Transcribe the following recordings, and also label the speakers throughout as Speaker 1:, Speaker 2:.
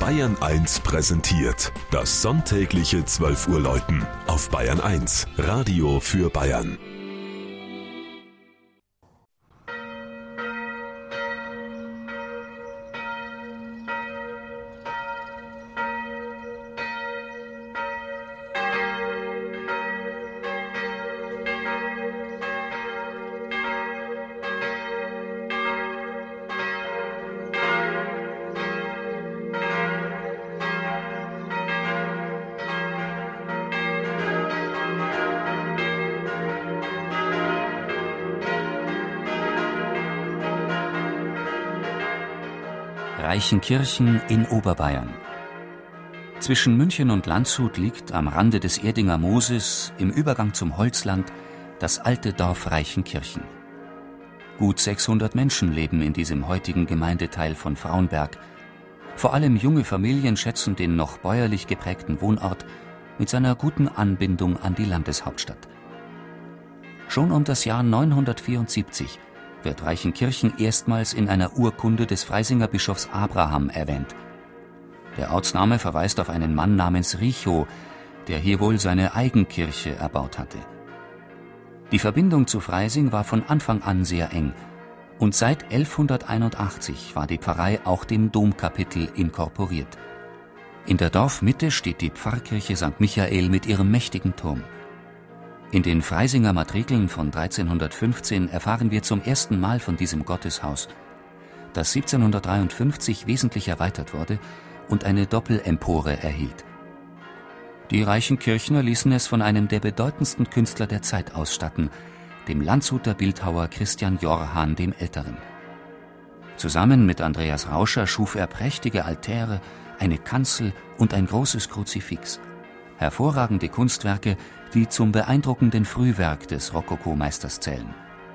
Speaker 1: Bayern 1 präsentiert das sonntägliche 12 Uhr Läuten auf Bayern 1, Radio für Bayern.
Speaker 2: Reichenkirchen in Oberbayern. Zwischen München und Landshut liegt am Rande des Erdinger Mooses im Übergang zum Holzland das alte Dorf Reichenkirchen. Gut 600 Menschen leben in diesem heutigen Gemeindeteil von Frauenberg. Vor allem junge Familien schätzen den noch bäuerlich geprägten Wohnort mit seiner guten Anbindung an die Landeshauptstadt. Schon um das Jahr 974 wird Reichenkirchen erstmals in einer Urkunde des Freisinger Bischofs Abraham erwähnt. Der Ortsname verweist auf einen Mann namens Richo, der hier wohl seine Eigenkirche erbaut hatte. Die Verbindung zu Freising war von Anfang an sehr eng und seit 1181 war die Pfarrei auch dem Domkapitel inkorporiert. In der Dorfmitte steht die Pfarrkirche St. Michael mit ihrem mächtigen Turm. In den Freisinger Matrikeln von 1315 erfahren wir zum ersten Mal von diesem Gotteshaus, das 1753 wesentlich erweitert wurde und eine Doppelempore erhielt. Die Reichenkirchner ließen es von einem der bedeutendsten Künstler der Zeit ausstatten, dem Landshuter Bildhauer Christian Jorhan dem Älteren. Zusammen mit Andreas Rauscher schuf er prächtige Altäre, eine Kanzel und ein großes Kruzifix. Hervorragende Kunstwerke, die zum beeindruckenden Frühwerk des Rokoko-Meisters zählen.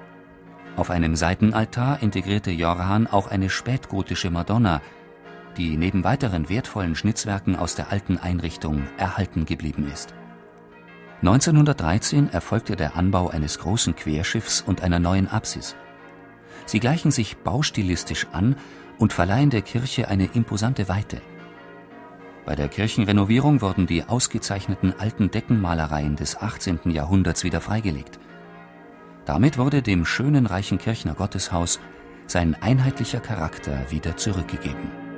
Speaker 2: Auf einem Seitenaltar integrierte Jorhan auch eine spätgotische Madonna, die neben weiteren wertvollen Schnitzwerken aus der alten Einrichtung erhalten geblieben ist. 1913 erfolgte der Anbau eines großen Querschiffs und einer neuen Apsis. Sie gleichen sich baustilistisch an und verleihen der Kirche eine imposante Weite. Bei der Kirchenrenovierung wurden die ausgezeichneten alten Deckenmalereien des 18. Jahrhunderts wieder freigelegt. Damit wurde dem schönen Reichenkirchner Gotteshaus sein einheitlicher Charakter wieder zurückgegeben.